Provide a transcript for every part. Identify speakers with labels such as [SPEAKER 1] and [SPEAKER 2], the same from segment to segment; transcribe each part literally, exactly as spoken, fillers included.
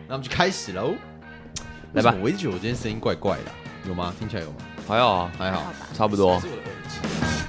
[SPEAKER 1] 那我们就开始喽，
[SPEAKER 2] 来吧。
[SPEAKER 1] 我一直觉得我今天声音怪怪的、啊，有吗？听起来有吗？
[SPEAKER 2] 还好啊，
[SPEAKER 1] 还好，
[SPEAKER 2] 差不多。
[SPEAKER 1] 是我的耳机。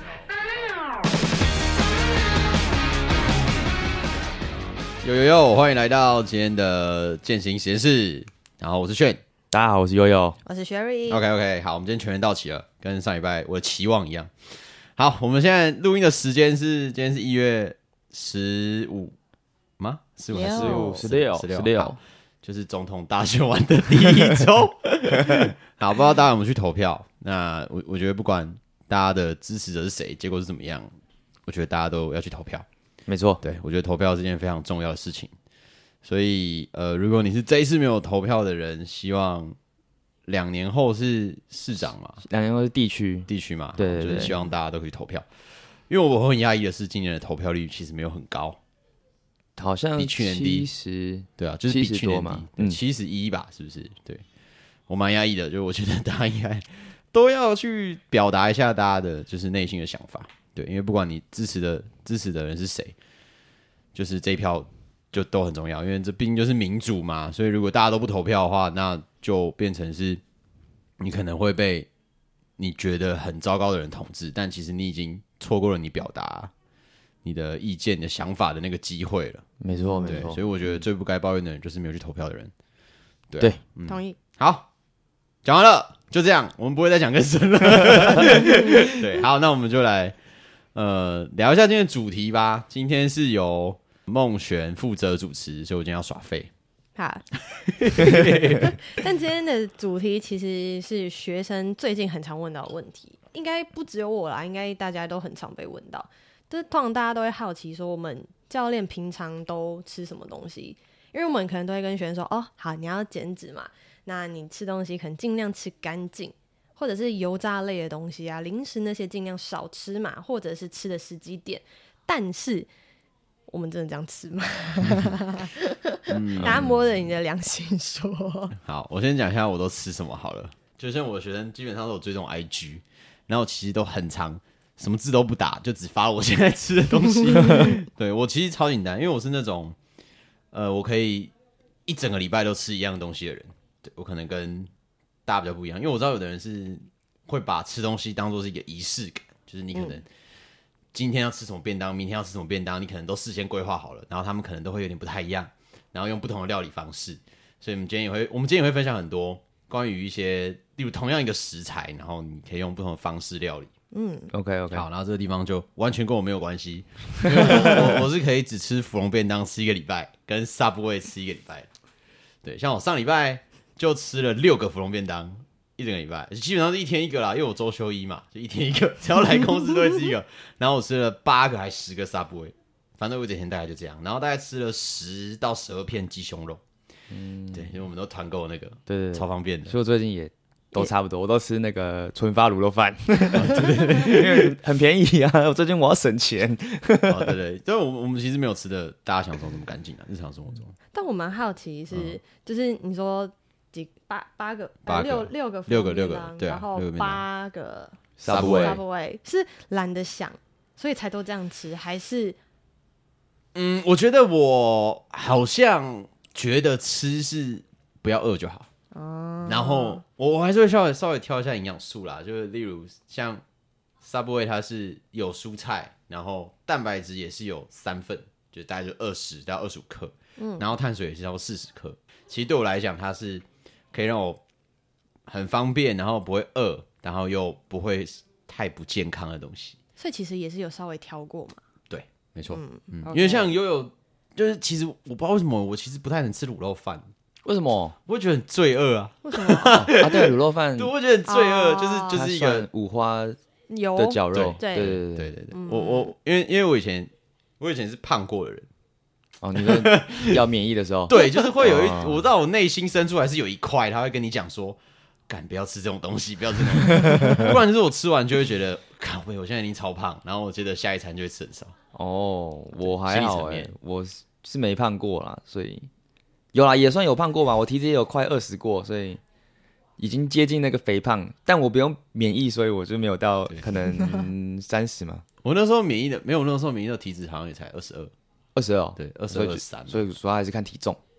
[SPEAKER 1] 呦呦呦，欢迎来到今天的健行实验室。然后我是炫，
[SPEAKER 2] 大家好，我是悠悠，
[SPEAKER 3] 我是 Sherry。
[SPEAKER 1] OK OK， 好，我们今天全员到齐了，跟上礼拜我的期望一样。好，我们现在录音的时间是今天是一月十五吗？十五还是十五？
[SPEAKER 2] 十六，
[SPEAKER 1] 十六，
[SPEAKER 2] 十六，
[SPEAKER 1] 就是总统大选完的第一周。好，不知道大家有没有去投票？那我我觉得不管大家的支持者是谁，结果是怎么样，我觉得大家都要去投票。
[SPEAKER 2] 没错，
[SPEAKER 1] 对，我觉得投票是件非常重要的事情。所以，呃，如果你是这一次没有投票的人，希望两年后是市长嘛，
[SPEAKER 2] 两年后是地区，
[SPEAKER 1] 地区嘛，
[SPEAKER 2] 对对对，
[SPEAKER 1] 就是希望大家都可以投票。因为我很压抑的是，今年的投票率其实没有很高，
[SPEAKER 2] 好像
[SPEAKER 1] 比去年低，
[SPEAKER 2] 七十，
[SPEAKER 1] 对啊，就是比去年低，
[SPEAKER 2] 嗯，
[SPEAKER 1] 七十一吧，是不是？对，我蛮压抑的，就是我觉得大家应该都要去表达一下大家的就是内心的想法，对，因为不管你支持的支持的人是谁，就是这一票就都很重要，因为这毕竟就是民主嘛，所以如果大家都不投票的话，那就变成是你可能会被你觉得很糟糕的人统治，但其实你已经错过了你表达你的意见、你的想法的那个机会了。
[SPEAKER 2] 没错，没错。
[SPEAKER 1] 所以我觉得最不该抱怨的人就是没有去投票的人。对、啊，
[SPEAKER 2] 对
[SPEAKER 1] 嗯，
[SPEAKER 3] 同意。
[SPEAKER 1] 好，讲完了，就这样，我们不会再讲更深了。对，好，那我们就来呃聊一下今天的主题吧。今天是由孟璇负责主持，所以我今天要耍废。
[SPEAKER 3] 好，但今天的主题其实是学生最近很常问到的问题，应该不只有我啦，应该大家都很常被问到。就是通常大家都会好奇说，我们教练平常都吃什么东西？因为我们可能都会跟学生说，哦，好，你要减脂嘛，那你吃东西可能尽量吃干净，或者是油炸类的东西啊，零食那些尽量少吃嘛，或者是吃的时机点。但是我们真的这样吃吗？嗯、大家摸着你的良心说。
[SPEAKER 1] 好，我先讲一下我都吃什么好了。就像我的学生基本上都有追踪 I G， 然后其实都很长，什么字都不打，就只发我现在吃的东西。对，我其实超简单，因为我是那种呃，我可以一整个礼拜都吃一样东西的人。对，我可能跟大家比较不一样，因为我知道有的人是会把吃东西当作是一个仪式感，就是你可能、嗯。今天要吃什么便当，明天要吃什么便当，你可能都事先规划好了，然后他们可能都会有点不太一样，然后用不同的料理方式，所以我们今天也会，我们今天也会分享很多关于一些，例如同样一个食材，然后你可以用不同的方式料理。
[SPEAKER 3] 嗯
[SPEAKER 2] ，OK OK，
[SPEAKER 1] 好，然后这个地方就完全跟我没有关系，因为我, 我, 我是可以只吃芙蓉便当吃一个礼拜，跟 Subway 吃一个礼拜。对，像我上礼拜就吃了六个芙蓉便当。一整个礼拜基本上是一天一个啦，因为我周休一嘛，就一天一个，只要来公司都会吃一个。然后我吃了八个还十个 Subway， 反正我一整天大概就这样。然后大概吃了十到十二片鸡胸肉，嗯，对，因为我们都团购那个，
[SPEAKER 2] 对 对, 对，
[SPEAKER 1] 超方便的。
[SPEAKER 2] 所以我最近也都差不多，我都吃那个纯发卤肉饭，对对对，因为很便宜啊。我最近我要省钱。
[SPEAKER 1] 哦，对对，但我们我们其实没有吃的大家想中这么干净啊，日常生活中。
[SPEAKER 3] 但我蛮好奇是，嗯、就是你说。几八八个
[SPEAKER 1] 八个
[SPEAKER 3] 六六个
[SPEAKER 1] 六个六个对、啊、
[SPEAKER 3] 然后八个
[SPEAKER 1] Subway
[SPEAKER 3] Subway 是懒得想，所以才都这样吃，还是？
[SPEAKER 1] 嗯，我觉得我好像觉得吃是不要饿就好，哦、然后我我还是会稍微稍微挑一下营养素啦，就是例如像 Subway 它是有蔬菜，然后蛋白质也是有三份，就大概就二十到二十五克，嗯，然后碳水也是超过四十克。其实对我来讲，它是可以让我很方便，然后不会饿，然后又不会太不健康的东西。
[SPEAKER 3] 所以其实也是有稍微挑过嘛。
[SPEAKER 1] 对，没错。嗯嗯，
[SPEAKER 3] okay.
[SPEAKER 1] 因为像悠悠，就是其实我不知道为什么，我其实不太能吃卤肉饭。
[SPEAKER 2] 为什么？
[SPEAKER 1] 我会觉得很罪恶啊。
[SPEAKER 3] 为什么？
[SPEAKER 2] 啊，对，卤肉饭，
[SPEAKER 1] 对，我会觉得很罪恶，就是就是一个
[SPEAKER 2] 五花的绞肉。
[SPEAKER 3] 对
[SPEAKER 2] 对对
[SPEAKER 1] 对对对，我我因为因为我以前我以前是胖过的人。
[SPEAKER 2] 哦，你说要免疫的时候，
[SPEAKER 1] 对，就是会有一，哦、我知道我内心深处还是有一块，他会跟你讲说，干不要吃这种东西，不要吃这种东西，不然就是我吃完就会觉得，靠背，我现在已经超胖，然后我觉得下一餐就会吃很少。
[SPEAKER 2] 哦，我还好哎、欸，我是没胖过啦，所以有啦，也算有胖过吧，我体脂也有快二十过，所以已经接近那个肥胖，但我不用免疫，所以我就没有到可能三十嘛。
[SPEAKER 1] 我那时候免疫的没有，那时候免疫的体脂好像也才二十二。
[SPEAKER 2] 二十二，
[SPEAKER 1] 对，二十二三，
[SPEAKER 2] 所以主要还是看体重。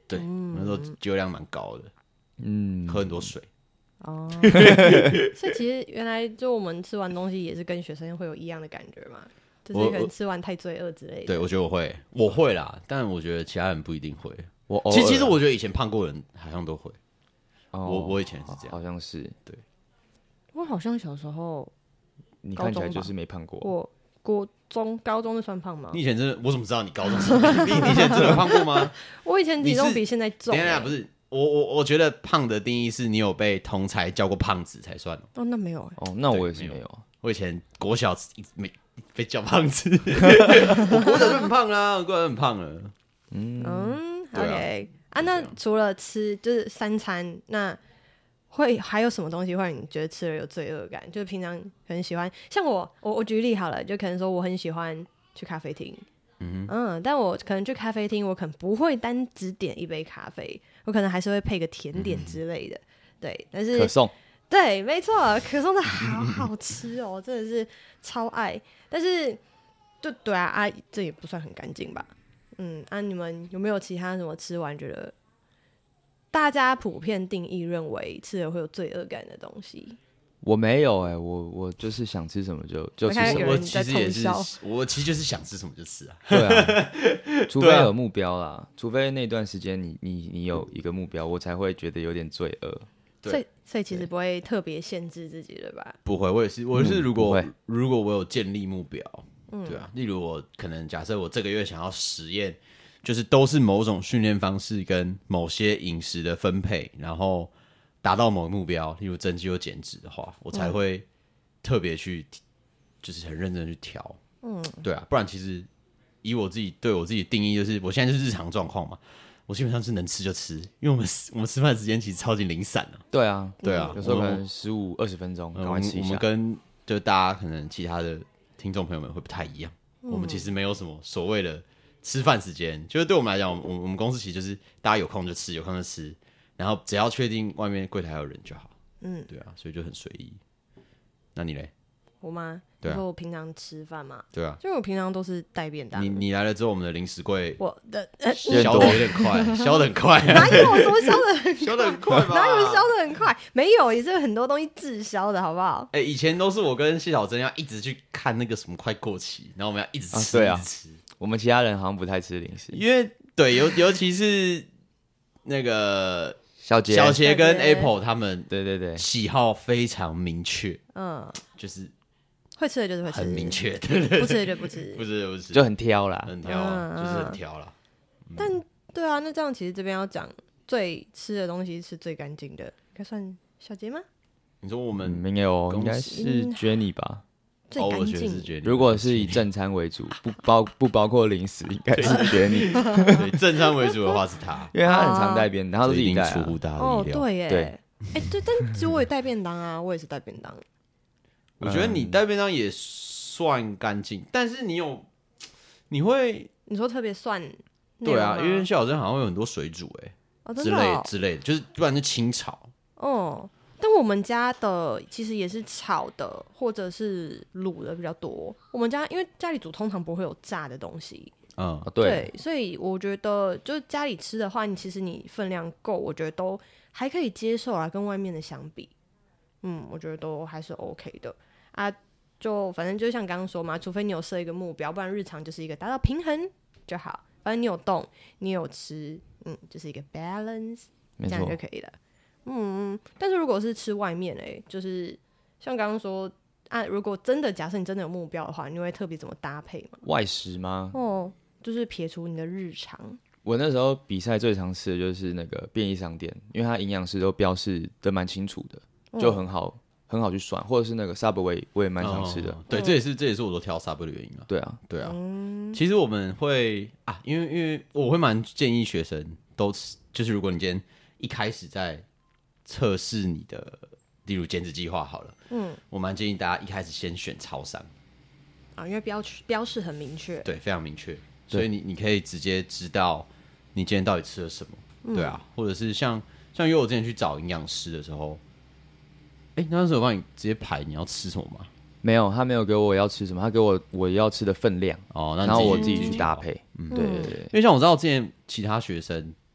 [SPEAKER 1] 对，嗯、那时候肌肉量蛮高的，嗯，喝很多水。
[SPEAKER 3] 哦，所以其实原来就我们吃完东西也是跟学生会有一样的感觉嘛，就是可能吃完太罪恶之类的。
[SPEAKER 1] 对，我觉得我会，我会啦，但我觉得其他人不一定会。
[SPEAKER 2] 我偶尔
[SPEAKER 1] 其实其实我觉得以前胖过的人好像都会。哦、我我以前是这样，
[SPEAKER 2] 好像是
[SPEAKER 1] 对。
[SPEAKER 3] 我好像小时候，
[SPEAKER 2] 你看起来就是没胖过。
[SPEAKER 3] 我国中、高中就算胖吗？
[SPEAKER 1] 你以前真的，我怎么知道你高中是？你你以前真的胖过吗？
[SPEAKER 3] 我以前体重比现在重、欸。
[SPEAKER 1] 等一下，不是我我我觉得胖的定义是你有被同才叫过胖子才算。
[SPEAKER 3] 哦，那没有、欸。
[SPEAKER 2] 哦，那我也是没有。
[SPEAKER 1] 我以前国小没被叫胖子，我国小就很胖啦，我国小就很胖了。
[SPEAKER 3] 嗯嗯 ，OK 啊，那除了吃就是三餐，那会还有什么东西会让你觉得吃了有罪恶感？就是平常很喜欢，像我我我举例好了，就可能说我很喜欢去咖啡厅。嗯, 嗯，但我可能去咖啡厅，我可能不会单只点一杯咖啡，我可能还是会配个甜点之类的。嗯、对，但是
[SPEAKER 2] 可颂，
[SPEAKER 3] 对，没错，可颂的好好吃哦，真的是超爱。但是就对啊啊，这也不算很干净吧？嗯，啊，你们有没有其他什么吃完觉得大家普遍定义认为吃了会有罪恶感的东西？
[SPEAKER 2] 我没有哎、欸，我我就是想吃什么就就吃什么。
[SPEAKER 1] 我其实也是，我其实就是想吃什么就吃啊。
[SPEAKER 2] 对啊，除非有目标啦，除非那段时间你你你有一个目标，我才会觉得有点罪恶。
[SPEAKER 3] 所以所以其实不会特别限制自己的吧？
[SPEAKER 1] 不会，我也是，我是如果、嗯、如果我有建立目标，嗯、对啊，例如我可能假设我这个月想要实验，就是都是某种训练方式跟某些饮食的分配，然后达到某个目标，例如增肌或减脂的话，我才会特别去，就是很认真去调。嗯，对啊，不然其实以我自己对我自己的定义，就是我现在就是日常状况嘛，我基本上是能吃就吃，因为我们我们吃饭时间其实超级零散的。
[SPEAKER 2] 对啊，
[SPEAKER 1] 对啊，
[SPEAKER 2] 有时候可能十五二十分钟，赶快吃一下。
[SPEAKER 1] 我们跟就大家可能其他的听众朋友们会不太一样，嗯、我们其实没有什么所谓的吃饭时间，就是对我们来讲，我我们公司其实就是大家有空就吃，有空就吃。然后只要确定外面柜台还有人就好，嗯，对啊，所以就很随意。那你嘞？
[SPEAKER 3] 我吗？对啊，你说我平常吃饭嘛，
[SPEAKER 1] 对啊，
[SPEAKER 3] 就我平常都是带便当。
[SPEAKER 1] 你你来了之后，我们的零食柜，
[SPEAKER 3] 我的呃
[SPEAKER 1] 消的有点快，消的很快，
[SPEAKER 3] 哪有什么消的很
[SPEAKER 1] 消的很快吧？
[SPEAKER 3] 哪有消的很快？没有，也是很多东西滞销的，好不好？
[SPEAKER 1] 哎、欸，以前都是我跟谢小珍要一直去看那个什么快过期，然后我们要一直吃，
[SPEAKER 2] 啊对啊，
[SPEAKER 1] 一直吃。
[SPEAKER 2] 我们其他人好像不太吃零食，
[SPEAKER 1] 因为对尤尤其是那个。
[SPEAKER 2] 小杰、
[SPEAKER 1] 小杰跟 Apple 他们
[SPEAKER 2] 对对对
[SPEAKER 1] 喜好非常明确，嗯，就是
[SPEAKER 3] 会吃的就是会吃，
[SPEAKER 1] 很明确，对对对，
[SPEAKER 3] 不吃的就不吃，
[SPEAKER 1] 不吃就不吃，
[SPEAKER 2] 就很挑啦，
[SPEAKER 1] 很挑啊，嗯、就是很挑啦。
[SPEAKER 3] 嗯、但对啊，那这样其实这边要讲最吃的东西是最干净的，应该算小杰吗？
[SPEAKER 1] 你说我们、
[SPEAKER 2] 嗯、没有，应该是 Jenny 吧。
[SPEAKER 3] 最干净。
[SPEAKER 2] 如果是以正餐为主，不包不包括零食，应该是Jenny。
[SPEAKER 1] 对，正餐为主的话是他，
[SPEAKER 2] 因为他很常带便当，他都自己带、啊。
[SPEAKER 1] 出乎大家的
[SPEAKER 3] 哦，
[SPEAKER 1] 意料。
[SPEAKER 3] 对耶，
[SPEAKER 2] 对，
[SPEAKER 3] 哎，对，但其实我也带便当啊，我也是带便当。
[SPEAKER 1] 我觉得你带便当也算干净，但是你有，你会，
[SPEAKER 3] 你说特别蒜？
[SPEAKER 1] 对啊，因为谢小珍好像会有很多水煮、欸，哎、
[SPEAKER 3] 哦，
[SPEAKER 1] 之类之类的，就是不然就清炒。
[SPEAKER 3] 哦。但我们家的其实也是炒的，或者是卤的比较多。我们家因为家里煮通常不会有炸的东西，
[SPEAKER 1] 嗯，
[SPEAKER 3] 对，所以我觉得就是家里吃的话，你其实你分量够，我觉得都还可以接受啦，跟外面的相比，嗯，我觉得都还是 OK 的啊。就反正就像刚刚说嘛，除非你有设一个目标，不然日常就是一个达到平衡就好。反正你有动，你有吃，嗯，就是一个 balance， 这样就可以了。嗯，但是如果是吃外面嘞，就是像刚刚说啊，如果真的假设你真的有目标的话，你会特别怎么搭配吗？
[SPEAKER 2] 外食吗？
[SPEAKER 3] 哦，就是撇除你的日常。
[SPEAKER 2] 我那时候比赛最常吃的就是那个便利商店，因为它营养师都标示的蛮清楚的，就很好、哦、很好去算，或者是那个 Subway 我也蛮常吃的。
[SPEAKER 1] 哦、对，这也是这也是我都挑 Subway 的原因啊。
[SPEAKER 2] 对啊，
[SPEAKER 1] 对啊。嗯、其实我们会啊，因为因为我会蛮建议学生都吃，就是如果你今天一开始在测试你的，例如减脂计划好了，嗯，我蛮建议大家一开始先选超商
[SPEAKER 3] 啊，因为标标示很明确，
[SPEAKER 1] 对，非常明确，所以你你可以直接知道你今天到底吃了什么，嗯、对啊，或者是像像因为我之前去找营养师的时候，哎、欸，那时候我帮你直接排你要吃什么吗？
[SPEAKER 2] 没有，他没有给我要吃什么，他给我我要吃的分量哦，那然后我自己去搭配，嗯，对对对，
[SPEAKER 1] 因为像我知道之前其他学生。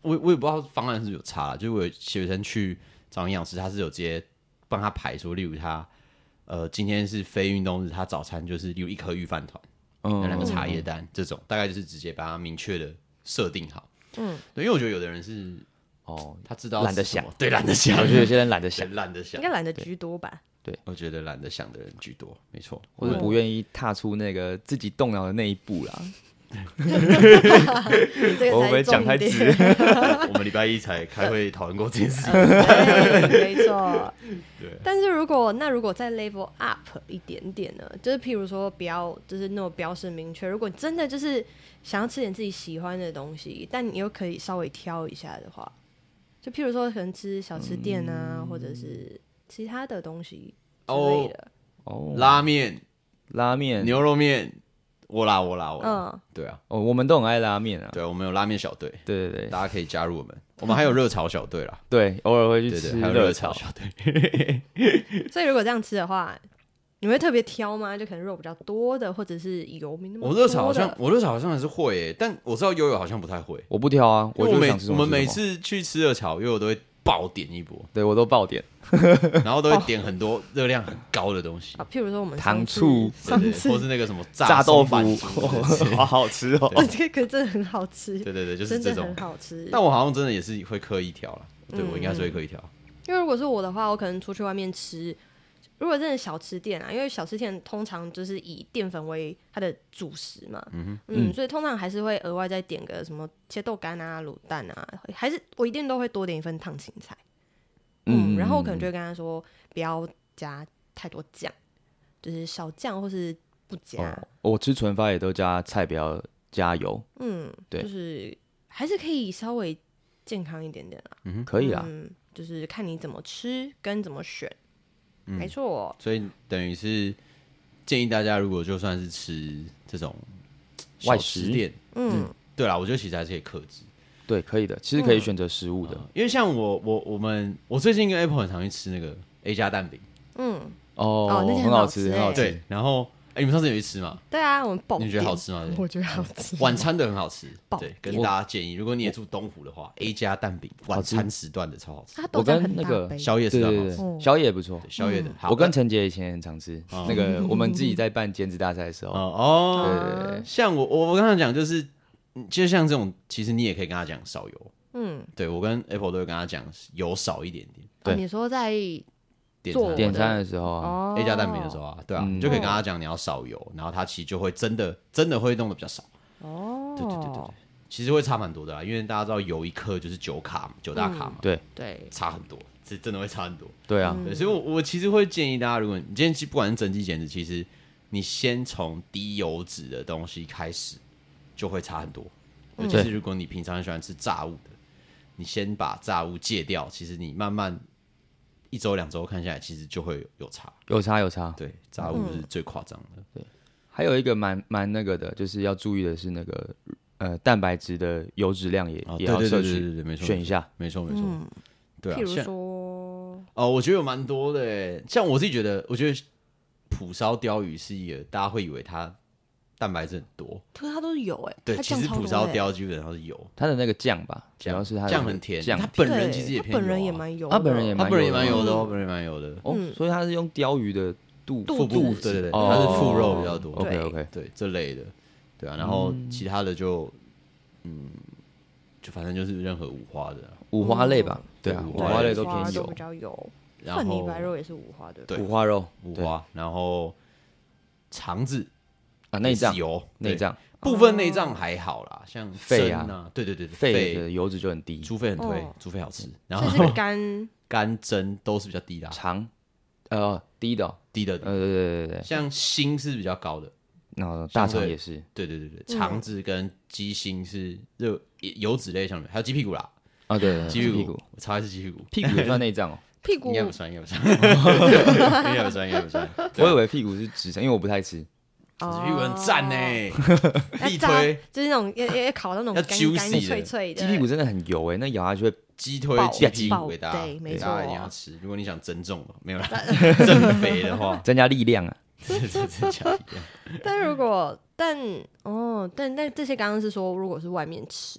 [SPEAKER 1] 我我也不知道方案是不是有差啦，就是我有学生去找营养师，他是有直接帮他排说，例如他呃今天是非运动日，他早餐就是例如一颗御饭团，嗯，两个茶叶蛋、嗯、这种，大概就是直接把它明确的设定好。嗯，对，因为我觉得有的人是哦，他知道
[SPEAKER 2] 懒得想，
[SPEAKER 1] 对，懒得想，
[SPEAKER 2] 我觉得有些人懒得想，
[SPEAKER 1] 懒得想，
[SPEAKER 3] 应该懒得居多吧。
[SPEAKER 2] 对，
[SPEAKER 1] 我觉得懒得想的人居多，没错，
[SPEAKER 2] 或者不愿意踏出那个自己动脑的那一步啦。
[SPEAKER 3] 我
[SPEAKER 2] 们讲太直，
[SPEAKER 1] 我们礼拜一才开会讨论过这件事情。
[SPEAKER 3] 没错。但是如果那如果再 level up 一点点呢？就是譬如说不要就是那种标示明确，如果真的就是想要吃点自己喜欢的东西，但你又可以稍微挑一下的话，就譬如说可能吃小吃店啊，嗯、或者是其他的东西之类的。
[SPEAKER 1] 哦，拉面、
[SPEAKER 2] 拉面、
[SPEAKER 1] 牛肉面。我啦我啦我啦，嗯，对啊，
[SPEAKER 2] 哦，我们都很爱拉面啊，
[SPEAKER 1] 对，我们有拉面小队，
[SPEAKER 2] 对对对，
[SPEAKER 1] 大家可以加入我们，我们还有热炒小队啦，
[SPEAKER 2] 对，偶尔会去吃热炒
[SPEAKER 1] 小队。
[SPEAKER 3] 所以如果这样吃的话，你会特别挑吗？就可能肉比较多的，或者是油没那么多的。
[SPEAKER 1] 我热炒好像，我热炒好像还是会诶，但我知道悠悠好像不太会。
[SPEAKER 2] 我不挑啊，我就
[SPEAKER 1] 每
[SPEAKER 2] 想吃什么吃什么。
[SPEAKER 1] 我们每次去吃热炒，悠悠都会爆点一波，
[SPEAKER 2] 对我都爆点，
[SPEAKER 1] 然后都会点很多热量很高的东西，
[SPEAKER 3] 啊，譬如说我们
[SPEAKER 2] 糖醋，
[SPEAKER 3] 上次
[SPEAKER 1] 或是那个什么
[SPEAKER 2] 炸豆腐，
[SPEAKER 1] 好
[SPEAKER 2] 好吃哦。
[SPEAKER 3] 这个真的很好吃，
[SPEAKER 1] 对对对，就是这种
[SPEAKER 3] 很好吃。
[SPEAKER 1] 但我好像真的也是会刻意挑啦，对我应该是会刻意挑。
[SPEAKER 3] 因为如果是我的话，我可能出去外面吃。如果真的小吃店啊，因为小吃店通常就是以淀粉为它的主食嘛，嗯, 嗯所以通常还是会额外再点个什么切豆干啊、卤蛋啊，还是我一定都会多点一份烫青菜，嗯，嗯然后我可能就会跟他说不要加太多酱，就是少酱或是不加。
[SPEAKER 2] 哦、我吃纯发也都加菜，不要加油，
[SPEAKER 3] 嗯，对，就是还是可以稍微健康一点点啦，
[SPEAKER 2] 嗯，可以啦，
[SPEAKER 3] 嗯，就是看你怎么吃跟怎么选。嗯、没错，
[SPEAKER 1] 所以等于是建议大家，如果就算是吃这种外食店，嗯，对啦，我觉得其实还是可以克制，
[SPEAKER 2] 对，可以的，其实可以选择食物的、
[SPEAKER 1] 嗯，因为像我我我们我最近跟 Apple 很常去吃那个 A 加蛋饼，
[SPEAKER 3] 嗯，
[SPEAKER 2] 哦，
[SPEAKER 3] 哦，那
[SPEAKER 2] 很好吃，很好吃，
[SPEAKER 1] 对，然后。哎、欸，你们上次有去吃吗？
[SPEAKER 3] 对啊，我们爆。
[SPEAKER 1] 你觉得好吃吗？
[SPEAKER 3] 我觉得好吃。
[SPEAKER 1] 晚餐的很好吃，对，跟大家建议，如果你也住东湖的话 ，A 加蛋饼晚餐时段的超好吃。
[SPEAKER 3] 我跟那个
[SPEAKER 1] 宵夜时段好吃，
[SPEAKER 2] 对宵夜也不错，
[SPEAKER 1] 宵夜的。
[SPEAKER 2] 我跟陈杰以前很常吃，那个我们自己在办兼职大赛的时候。
[SPEAKER 1] 哦，对对对，像我我我刚才讲就是，就像这种，其实你也可以跟他讲少油。嗯，对我跟 Apple 都会跟他讲油少一点点。
[SPEAKER 3] 对，你说在。
[SPEAKER 2] 点, 点餐的时候啊
[SPEAKER 1] ，A 加蛋饼的时候啊，对啊，嗯、你就可以跟他讲你要少油，然后他其实就会真的真的会弄得比较少。哦，对对对对对，其实会差蛮多的啦，因为大家知道油一克就是九卡嘛，九大卡嘛，
[SPEAKER 2] 嗯、对
[SPEAKER 3] 对，
[SPEAKER 1] 差很多，这真的会差很多。
[SPEAKER 2] 对啊，
[SPEAKER 1] 对，所以我我其实会建议大家，如果你今天不管是增肌减脂，其实你先从低油脂的东西开始，就会差很多。尤其是如果你平常很喜欢吃炸物的，你先把炸物戒掉，其实你慢慢。一周两周看下来，其实就会有差，
[SPEAKER 2] 有差有差。
[SPEAKER 1] 对，炸物是最夸张的、嗯。
[SPEAKER 2] 对，还有一个蛮蛮那个的，就是要注意的是那个呃蛋白质的油脂量也、哦、也要摄取，
[SPEAKER 1] 对对对对，没错，
[SPEAKER 2] 选一下，
[SPEAKER 1] 没错没错。嗯、对啊，
[SPEAKER 3] 譬如说，
[SPEAKER 1] 哦，我觉得有蛮多的诶，像我自己觉得，我觉得蒲烧鲷鱼是一个大家会以为它。蛋白质很多，
[SPEAKER 3] 可是它都是油哎、欸。
[SPEAKER 1] 对，其实蒲烧鲷基本上是油，
[SPEAKER 2] 它的那个酱吧，主要是它
[SPEAKER 1] 酱很甜，
[SPEAKER 2] 酱
[SPEAKER 1] 它本人其实也偏油、啊，
[SPEAKER 3] 本人也蛮油，
[SPEAKER 2] 他本人也
[SPEAKER 1] 他本人也蛮油的哦，本人也蛮油的
[SPEAKER 2] 哦、嗯，所以它是用鲷鱼的肚
[SPEAKER 1] 腹部，对对对，它、哦、是腹肉比较多
[SPEAKER 2] ，OK OK，
[SPEAKER 1] 对这类的，对啊，然后其他的就嗯，就反正就是任何五花的、啊，
[SPEAKER 2] 五花类吧，
[SPEAKER 1] 对
[SPEAKER 2] 啊，五花类都偏油，
[SPEAKER 3] 比较油，
[SPEAKER 1] 饭
[SPEAKER 3] 泥白肉也是五花的，
[SPEAKER 1] 对，
[SPEAKER 2] 五花肉，
[SPEAKER 1] 五花，然后肠子。
[SPEAKER 2] 啊，内脏
[SPEAKER 1] 油，
[SPEAKER 2] 内脏
[SPEAKER 1] 部分内脏还好啦，像
[SPEAKER 2] 肺啊，
[SPEAKER 1] 对对对，
[SPEAKER 2] 肺的油脂就很低，
[SPEAKER 1] 猪肺很推，猪肺好吃。然
[SPEAKER 3] 后这个肝
[SPEAKER 1] 肝胗都是比较低的，
[SPEAKER 2] 肠呃低的
[SPEAKER 1] 低的，
[SPEAKER 2] 呃对对对对，
[SPEAKER 1] 像心是比较高的，
[SPEAKER 2] 然后大肠也是，
[SPEAKER 1] 对对对对，肠子跟鸡心是热油脂类上面，还有鸡屁股啦，
[SPEAKER 2] 啊对，
[SPEAKER 1] 鸡屁股，我超爱吃鸡屁股，
[SPEAKER 2] 屁股也算内脏哦。
[SPEAKER 3] 屁股
[SPEAKER 1] 应该不算，应该不算，应该不算，应该不算。
[SPEAKER 2] 我以为屁股是脂肪，因为我不太吃。
[SPEAKER 1] 哦、屁股很赞呢，力推
[SPEAKER 3] 就是那种要要烤到那种干干脆脆的。
[SPEAKER 2] 鸡屁股真的很油哎，那咬下去会
[SPEAKER 1] 鸡推鸡屁股给大家，
[SPEAKER 3] 对，没错，
[SPEAKER 1] 大家一定要吃。如果你想增重，没有啦，增肥的话，
[SPEAKER 2] 增加力量啊，
[SPEAKER 1] 增加力量。
[SPEAKER 3] 但如果但哦，但但这些刚刚是说，如果是外面吃，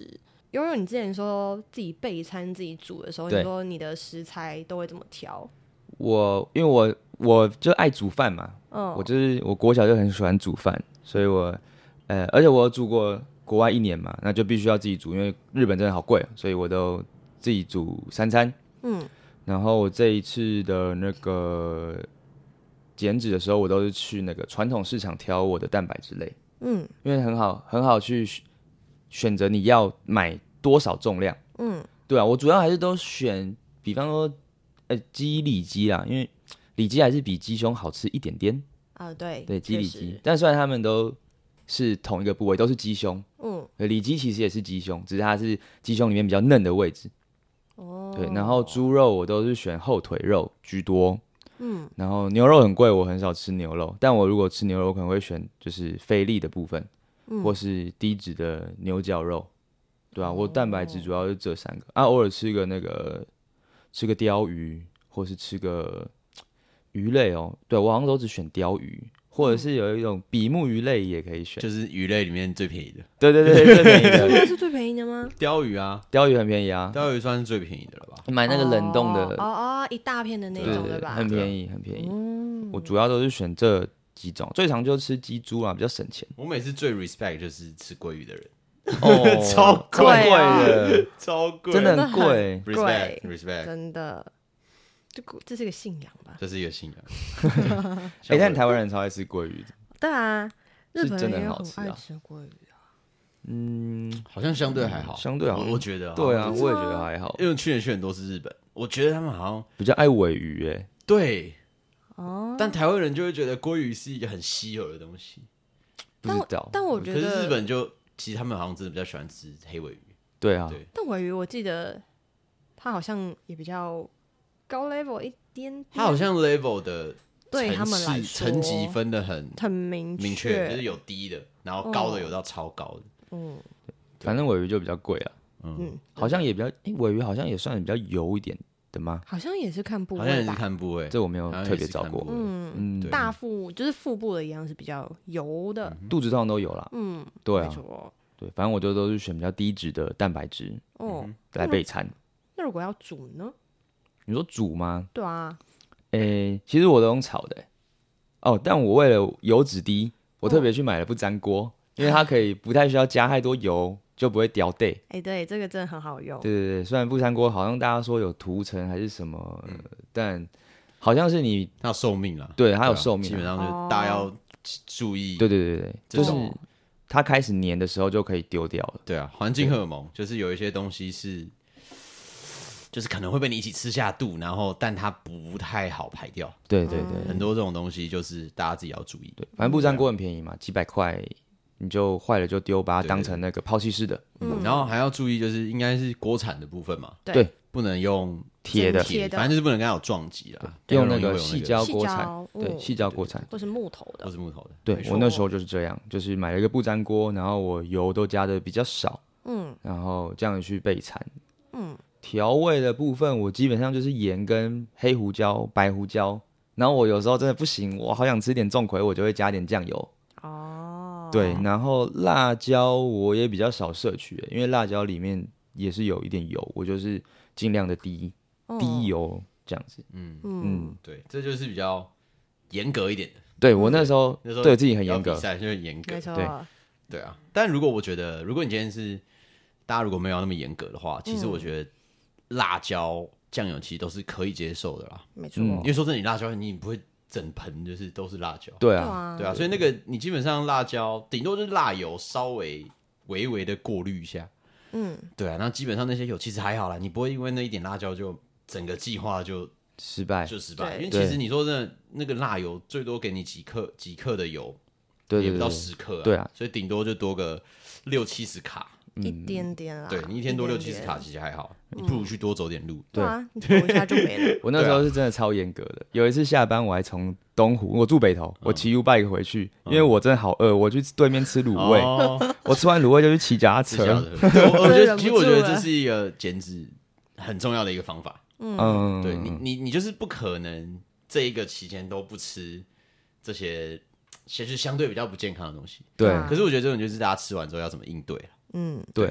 [SPEAKER 3] 悠悠，你之前说自己备餐自己煮的时候，你说你的食材都会怎么挑？
[SPEAKER 2] 我因为我我就爱煮饭嘛，
[SPEAKER 3] 嗯，
[SPEAKER 2] 我就是我国小就很喜欢煮饭，所以我呃，而且我有住过国外一年嘛，那就必须要自己煮，因为日本真的好贵，所以我都自己煮三餐。嗯，然后我这一次的那个减脂的时候，我都是去那个传统市场挑我的蛋白质类。嗯，因为很好很好去选择你要买多少重量。嗯，对啊，我主要还是都选，比方说。呃，鸡里脊啦，因为里脊还是比鸡胸好吃一点点
[SPEAKER 3] 啊。对
[SPEAKER 2] 对，鸡里脊，但虽然他们都是同一个部位，都是鸡胸，嗯，里脊其实也是鸡胸，只是它是鸡胸里面比较嫩的位置。哦，对，然后猪肉我都是选后腿肉居多，嗯，然后牛肉很贵，我很少吃牛肉，但我如果吃牛肉，我可能会选就是菲力的部分，嗯，或是低脂的牛角肉，对啊，我蛋白质主要是这三个啊，偶尔吃个那个。吃个鲷鱼，或是吃个鱼类哦。对，我好像都只选鲷鱼，或者是有一种比目鱼类也可以选，
[SPEAKER 1] 就是鱼类里面最便宜的。
[SPEAKER 2] 对对对，最便宜的。
[SPEAKER 3] 真的是最便宜的吗？
[SPEAKER 1] 鲷鱼啊，
[SPEAKER 2] 鲷鱼很便宜啊，
[SPEAKER 1] 鲷鱼算是最便宜的了吧？
[SPEAKER 2] 买那个冷冻的，
[SPEAKER 3] 哦哦，一大片的那种，对吧？
[SPEAKER 2] 很便宜，很便宜。嗯，我主要都是选这几种，最常就吃鸡猪啊，比较省钱。
[SPEAKER 1] 我每次最 respect 就是吃鲑鱼的人。
[SPEAKER 2] 哦，
[SPEAKER 1] 超贵
[SPEAKER 2] 的，
[SPEAKER 1] 超贵，
[SPEAKER 2] 真的很贵
[SPEAKER 1] ，respect respect，
[SPEAKER 3] 真的，这这是个信仰吧？
[SPEAKER 1] 这是一个信仰。
[SPEAKER 2] 哎、欸，但台湾人超爱吃鲑鱼的。
[SPEAKER 3] 对啊，日本人也
[SPEAKER 2] 很
[SPEAKER 3] 爱吃鲑鱼啊。
[SPEAKER 2] 嗯，
[SPEAKER 1] 好像相对还好，
[SPEAKER 2] 相对好，
[SPEAKER 1] 我觉得，
[SPEAKER 2] 对啊，我也觉得还好。
[SPEAKER 1] 因为去年去很多是日本，我觉得他们好像
[SPEAKER 2] 比较爱尾鱼，哎，
[SPEAKER 1] 对，哦，但台湾人就会觉得鲑鱼是一个很稀有的东西，
[SPEAKER 2] 不知道。
[SPEAKER 3] 但我觉得，
[SPEAKER 1] 可是日本就。其实他们好像真的比较喜欢吃黑尾鱼。
[SPEAKER 2] 对啊，
[SPEAKER 1] 对。
[SPEAKER 3] 但尾鱼我记得它好像也比较高 level 一点点。
[SPEAKER 1] 它好像 level 的
[SPEAKER 3] 对他们来说
[SPEAKER 1] 层级分的很
[SPEAKER 3] 很明
[SPEAKER 1] 明确，就是有低的，然后高的有到超高的。
[SPEAKER 2] 嗯，反正尾鱼就比较贵啊。嗯，好像也比较，哎，尾鱼好像也算比较油一点的吗？
[SPEAKER 3] 好像也是看部位吧，
[SPEAKER 1] 好像也是看部位，
[SPEAKER 2] 这我没有特别找过。
[SPEAKER 3] 嗯嗯，大腹就是腹部的一样是比较油的，
[SPEAKER 2] 肚子上都有啦。嗯，对啊，对，反正我就都是选比较低脂的蛋白质哦来备餐。
[SPEAKER 3] 那如果要煮呢？
[SPEAKER 2] 你说煮吗？
[SPEAKER 3] 对啊，
[SPEAKER 2] 诶，其实我都用炒的。哦，但我为了油脂低，我特别去买了不粘锅，因为它可以不太需要加太多油。就不会掉带。
[SPEAKER 3] 哎，对，这个真的很好用。
[SPEAKER 2] 对对对，虽然不粘锅好像大家说有涂层还是什么，嗯、但好像是你
[SPEAKER 1] 它有寿命啦。
[SPEAKER 2] 对，它有寿命，
[SPEAKER 1] 基本上就是大家要注意。
[SPEAKER 2] 对对对对，就是它开始粘的时候就可以丢掉了。
[SPEAKER 1] 对啊，环境荷尔蒙就是有一些东西是，就是可能会被你一起吃下肚，然后但它不太好排掉。
[SPEAKER 2] 对对对，
[SPEAKER 1] 很多这种东西就是大家自己要注意。
[SPEAKER 2] 对，反正不粘锅很便宜嘛，几百块。你就坏了就丢，把它当成那个抛弃式的。
[SPEAKER 1] 嗯，然后还要注意，就是应该是锅铲的部分嘛，
[SPEAKER 2] 对，
[SPEAKER 1] 不能用
[SPEAKER 2] 铁的，
[SPEAKER 1] 反正就是不能跟它有撞击啦。
[SPEAKER 2] 用那个细胶锅铲，对，细胶锅铲，
[SPEAKER 3] 或是木头的，
[SPEAKER 1] 或是木头的。
[SPEAKER 2] 对我那时候就是这样，就是买了一个不粘锅，然后我油都加的比较少，嗯，然后这样去备餐。嗯，调味的部分我基本上就是盐跟黑胡椒、白胡椒，然后我有时候真的不行，我好想吃点重口味，我就会加点酱油。哦。对，然后辣椒我也比较少摄取，因为辣椒里面也是有一点油，我就是尽量的低、哦、低油这样子。嗯
[SPEAKER 1] 嗯，对，这就是比较严格一点的。
[SPEAKER 2] 对我那时候、嗯、那时候对自己很严格，
[SPEAKER 1] 比赛就是严格。
[SPEAKER 2] 对
[SPEAKER 1] 对啊，但如果我觉得，如果你今天是大家如果没有那么严格的话，其实我觉得辣椒、酱油其实都是可以接受的啦。
[SPEAKER 3] 没错、
[SPEAKER 1] 嗯，因为说真的，你辣椒你不会。整盆就是都是辣椒，
[SPEAKER 2] 对啊，
[SPEAKER 1] 对啊，所以那个你基本上辣椒顶多就是辣油稍微微微的过滤一下，嗯，对啊，那基本上那些油其实还好啦，你不会因为那一点辣椒就整个计划就
[SPEAKER 2] 失败，
[SPEAKER 1] 就失败，因为其实你说真的那个辣油最多给你几克几克的油，
[SPEAKER 2] 对，
[SPEAKER 1] 也不到十克啊，
[SPEAKER 2] 对啊，
[SPEAKER 1] 所以顶多就多个六七十卡。
[SPEAKER 3] 一点点啊，
[SPEAKER 1] 对你一天多六七十卡其实还好，你不如去多走点路。
[SPEAKER 3] 对啊，你走一下就没了。
[SPEAKER 2] 我那时候是真的超严格的，有一次下班我还从东湖，我住北投，我骑 U-Bike 回去，因为我真的好饿，我去对面吃卤味，我吃完卤味就去骑脚踏车。
[SPEAKER 1] 我觉得其实我觉得这是一个减脂很重要的一个方法。嗯，对你你你就是不可能这一个期间都不吃这些其实相对比较不健康的东西。
[SPEAKER 2] 对，
[SPEAKER 1] 可是我觉得这种就是大家吃完之后要怎么应对。
[SPEAKER 2] 嗯，对啊，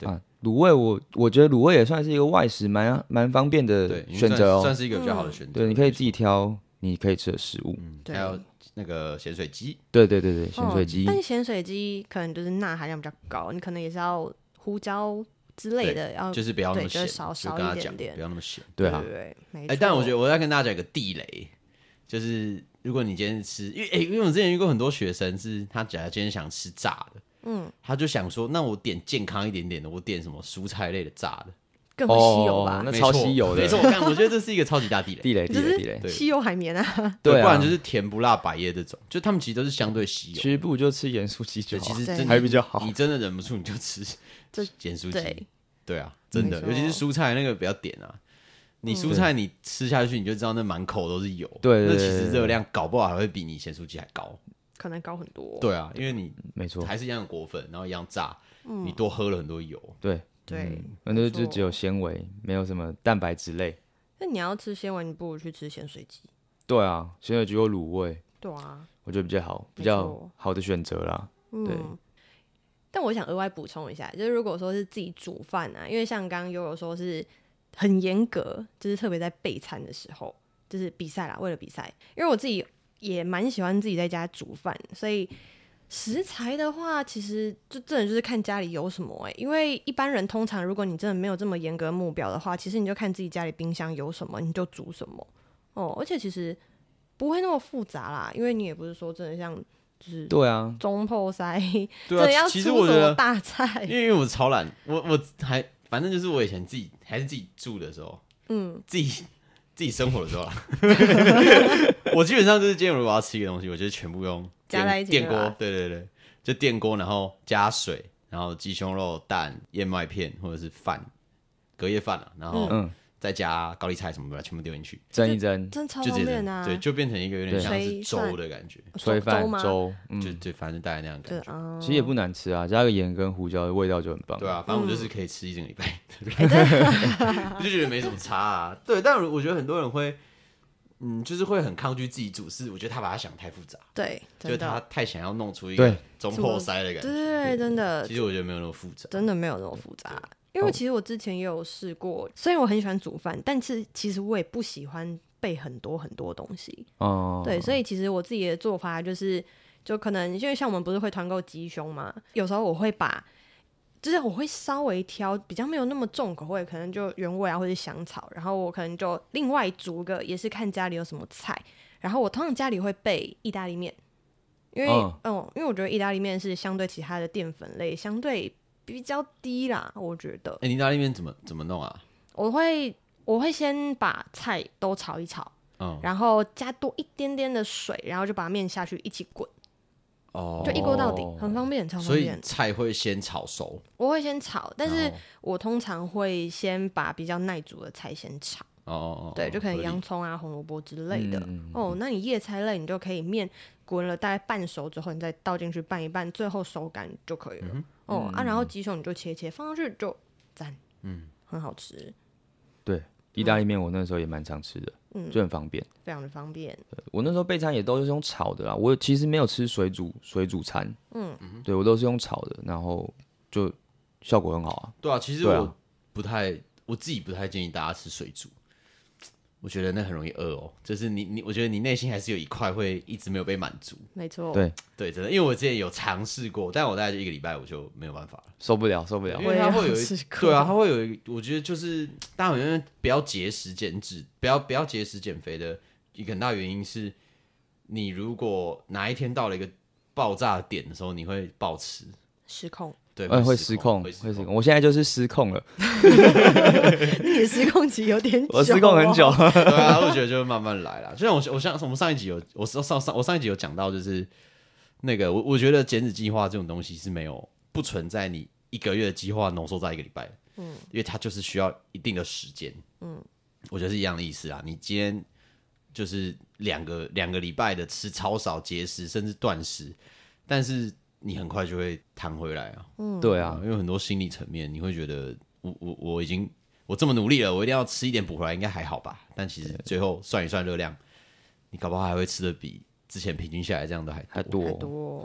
[SPEAKER 2] 啊，卤味我我觉得卤味也算是一个外食蛮蛮方便的选择哦，
[SPEAKER 1] 算是一个比较好的选择。
[SPEAKER 2] 对，你可以自己挑你可以吃的食物。
[SPEAKER 1] 嗯，还有那个咸水鸡。
[SPEAKER 2] 对对对对，咸水鸡。
[SPEAKER 3] 哦、但咸水鸡可能就是钠含量比较高，你可能也是要胡椒之类的，要
[SPEAKER 1] 就是不要那么咸，
[SPEAKER 3] 就是少少一点点，
[SPEAKER 1] 不要那么咸。
[SPEAKER 2] 对啊，
[SPEAKER 3] 对对对，没
[SPEAKER 1] 错。哎，但我觉得我要跟大家讲一个地雷，就是如果你今天吃，因为哎，因为我之前遇过很多学生是，他假如今天想吃炸的。嗯，他就想说，那我点健康一点点的，我点什么蔬菜类的炸的，
[SPEAKER 3] 更稀有吧？
[SPEAKER 2] 哦、那超稀有的，
[SPEAKER 1] 没错。我看，我觉得这是一个超级大地雷，
[SPEAKER 2] 地雷，地雷，地雷，
[SPEAKER 3] 稀有海绵啊，
[SPEAKER 1] 对，不然就是甜不辣百叶这种，就他们其实都是相对稀有。
[SPEAKER 2] 其实不如就吃盐酥鸡就好，
[SPEAKER 1] 其实真
[SPEAKER 2] 还比较好。
[SPEAKER 1] 你真的忍不住你就吃盐酥鸡，对啊，真的，尤其是蔬菜那个不要点啊。你蔬菜你吃下去，你就知道那满口都是油，
[SPEAKER 2] 对，
[SPEAKER 1] 那其实热量搞不好还会比你咸酥鸡还高。
[SPEAKER 3] 可能高很多，
[SPEAKER 1] 对啊，因为你
[SPEAKER 2] 没错，
[SPEAKER 1] 还是一样的果粉，然后一样炸，嗯、你多喝了很多油，
[SPEAKER 2] 对
[SPEAKER 3] 对，
[SPEAKER 2] 那、嗯、就只有纤维，没有什么蛋白质类。
[SPEAKER 3] 那你要吃纤维，你不如去吃咸水鸡。
[SPEAKER 2] 对啊，咸水鸡有卤味，
[SPEAKER 3] 对啊，
[SPEAKER 2] 我觉得比较好，比较好的选择啦。对、嗯。
[SPEAKER 3] 但我想额外补充一下，就是如果说是自己煮饭啊，因为像刚刚悠悠说是很严格，就是特别在备餐的时候，就是比赛啦，为了比赛，因为我自己。也蛮喜欢自己在家煮饭，所以食材的话，其实就真的就是看家里有什么哎、欸。因为一般人通常，如果你真的没有这么严格目标的话，其实你就看自己家里冰箱有什么，你就煮什么哦。而且其实不会那么复杂啦，因为你也不是说真的像就是
[SPEAKER 2] 对啊
[SPEAKER 3] 中破塞，
[SPEAKER 1] 对啊，
[SPEAKER 3] 要
[SPEAKER 1] 其实我觉得
[SPEAKER 3] 大菜，
[SPEAKER 1] 因为我超懒，我我还反正就是我以前自己还是自己住的时候，嗯，自己。自己生活的时候啦，我基本上就是今天如果要吃一个东西，我就全部用
[SPEAKER 3] 加在一起
[SPEAKER 1] 电锅，对对对，就电锅，然后加水，然后鸡胸肉、蛋、燕麦片或者是饭，隔夜饭啊，然后再加高丽菜什么的，全部丢进去
[SPEAKER 2] 蒸一蒸，
[SPEAKER 3] 真超方便啊！
[SPEAKER 1] 对，就变成一个有点像是粥的感觉，
[SPEAKER 2] 炊饭粥，
[SPEAKER 1] 就就反正大概那样的感觉。
[SPEAKER 2] 其实也不难吃啊，加个盐跟胡椒，味道就很棒。
[SPEAKER 1] 对啊，反正我就是可以吃一整个礼拜，我就觉得没什么差啊。对，但我觉得很多人会，嗯，就是会很抗拒自己煮，是我觉得他把它想太复杂，
[SPEAKER 3] 对，
[SPEAKER 1] 就是他太想要弄出一个中破塞的感觉。
[SPEAKER 3] 对，真的。
[SPEAKER 1] 其实我觉得没有那么复杂，
[SPEAKER 3] 真的没有那么复杂。因为其实我之前也有试过，虽然我很喜欢煮饭，但是其实我也不喜欢备很多很多东西。哦，对，所以其实我自己的做法就是，就可能因为像我们不是会团购鸡胸嘛，有时候我会把，就是我会稍微挑比较没有那么重口味，可能就原味啊或者香草，然后我可能就另外煮个，也是看家里有什么菜，然后我通常家里会备意大利面，因为嗯、哦，因为我觉得意大利面是相对其他的淀粉类相对比较低啦，我觉得。
[SPEAKER 1] 哎、欸，意大利面怎么怎么弄啊？
[SPEAKER 3] 我会我会先把菜都炒一炒，嗯，然后加多一点点的水，然后就把面下去一起滚，哦，就一锅到底，很方便，超方便。
[SPEAKER 1] 所以菜会先炒熟，
[SPEAKER 3] 我会先炒，但是我通常会先把比较耐煮的菜先炒。哦哦，对，就可能洋葱啊、红萝卜之类的。嗯、哦，那你叶菜类，你就可以面滚了大概半熟之后，你再倒进去拌一拌，最后收干就可以了。嗯、哦、嗯、啊，然后鸡胸你就切切放上去就赞，嗯，很好吃。
[SPEAKER 2] 对，意大利面我那时候也蛮常吃的，嗯，就很方便，
[SPEAKER 3] 非常的方便。
[SPEAKER 2] 我那时候备餐也都是用炒的啦，我其实没有吃水煮水煮餐，嗯，对我都是用炒的，然后就效果很好啊。
[SPEAKER 1] 对啊，其实我不太，啊、我自己不太建议大家吃水煮。我觉得那很容易饿哦，就是你你，我觉得你内心还是有一块会一直没有被满足。没
[SPEAKER 3] 错，
[SPEAKER 2] 对
[SPEAKER 1] 对，真的，因为我之前有尝试过，但我大概就一个礼拜我就没有办法了，
[SPEAKER 2] 受不了，受不了，
[SPEAKER 1] 因为它会有一，对啊，它会有一，我觉得就是大家好像不要节食减脂，不要不要节食减肥的一个很大原因是，你如果哪一天到了一个爆炸点的时候，你会暴吃
[SPEAKER 3] 失控。
[SPEAKER 1] 对，
[SPEAKER 2] 会, 会失控，会失控。我现在就是失控了。
[SPEAKER 3] 你的失控期有点久、哦，
[SPEAKER 2] 我失控很久。
[SPEAKER 1] 对啊，我觉得就慢慢来啦。就像我，我像我们上一集有，我上上我上一集有讲到，就是那个我我觉得减脂计划这种东西是没有不存在你一个月的计划浓缩在一个礼拜，嗯，因为它就是需要一定的时间，嗯，我觉得是一样的意思啊。你今天就是两个两个礼拜的吃超少节食甚至断食，但是你很快就会弹回来啊！
[SPEAKER 2] 嗯，对啊，
[SPEAKER 1] 因为很多心理层面，你会觉得我我我已经我这么努力了，我一定要吃一点补回来，应该还好吧？但其实最后算一算热量，你搞不好还会吃的比之前平均下来这样的还
[SPEAKER 2] 还多。
[SPEAKER 3] 多
[SPEAKER 1] 对，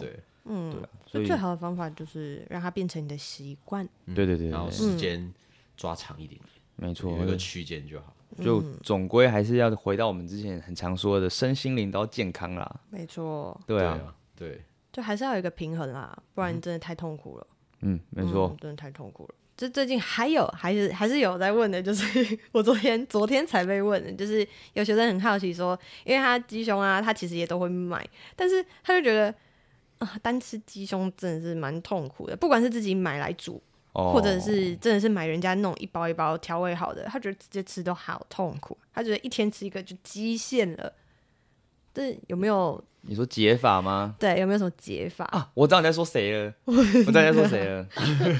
[SPEAKER 3] 嗯，
[SPEAKER 2] 对啊，
[SPEAKER 3] 所
[SPEAKER 2] 所以
[SPEAKER 3] 以最好的方法就是让它变成你的习惯。
[SPEAKER 1] 嗯
[SPEAKER 2] 对对对对
[SPEAKER 1] 然后时间抓长一点点，
[SPEAKER 2] 没错，
[SPEAKER 1] 有一个区间就好。
[SPEAKER 2] 就总归还是要回到我们之前很常说的身心灵都要健康啦。
[SPEAKER 3] 没错，
[SPEAKER 2] 对啊，
[SPEAKER 1] 对啊，对，
[SPEAKER 3] 就还是要有一个平衡啦，不然真的太痛苦了。
[SPEAKER 2] 嗯，没错、
[SPEAKER 3] 嗯，真的太痛苦了。这最近还有还是还是有在问的，就是我昨天昨天才被问的，就是有学生很好奇说，因为他鸡胸啊，他其实也都会买，但是他就觉得啊、呃，单吃鸡胸真的是蛮痛苦的，不管是自己买来煮。
[SPEAKER 2] 哦、
[SPEAKER 3] 或者是真的是买人家那种一包一包调味好的，他觉得直接吃都好痛苦，他觉得一天吃一个就极限了。这有没有？
[SPEAKER 2] 你说解法吗？
[SPEAKER 3] 对，有没有什么解法
[SPEAKER 2] 啊？我知道你在说谁了，我知道你在说谁了。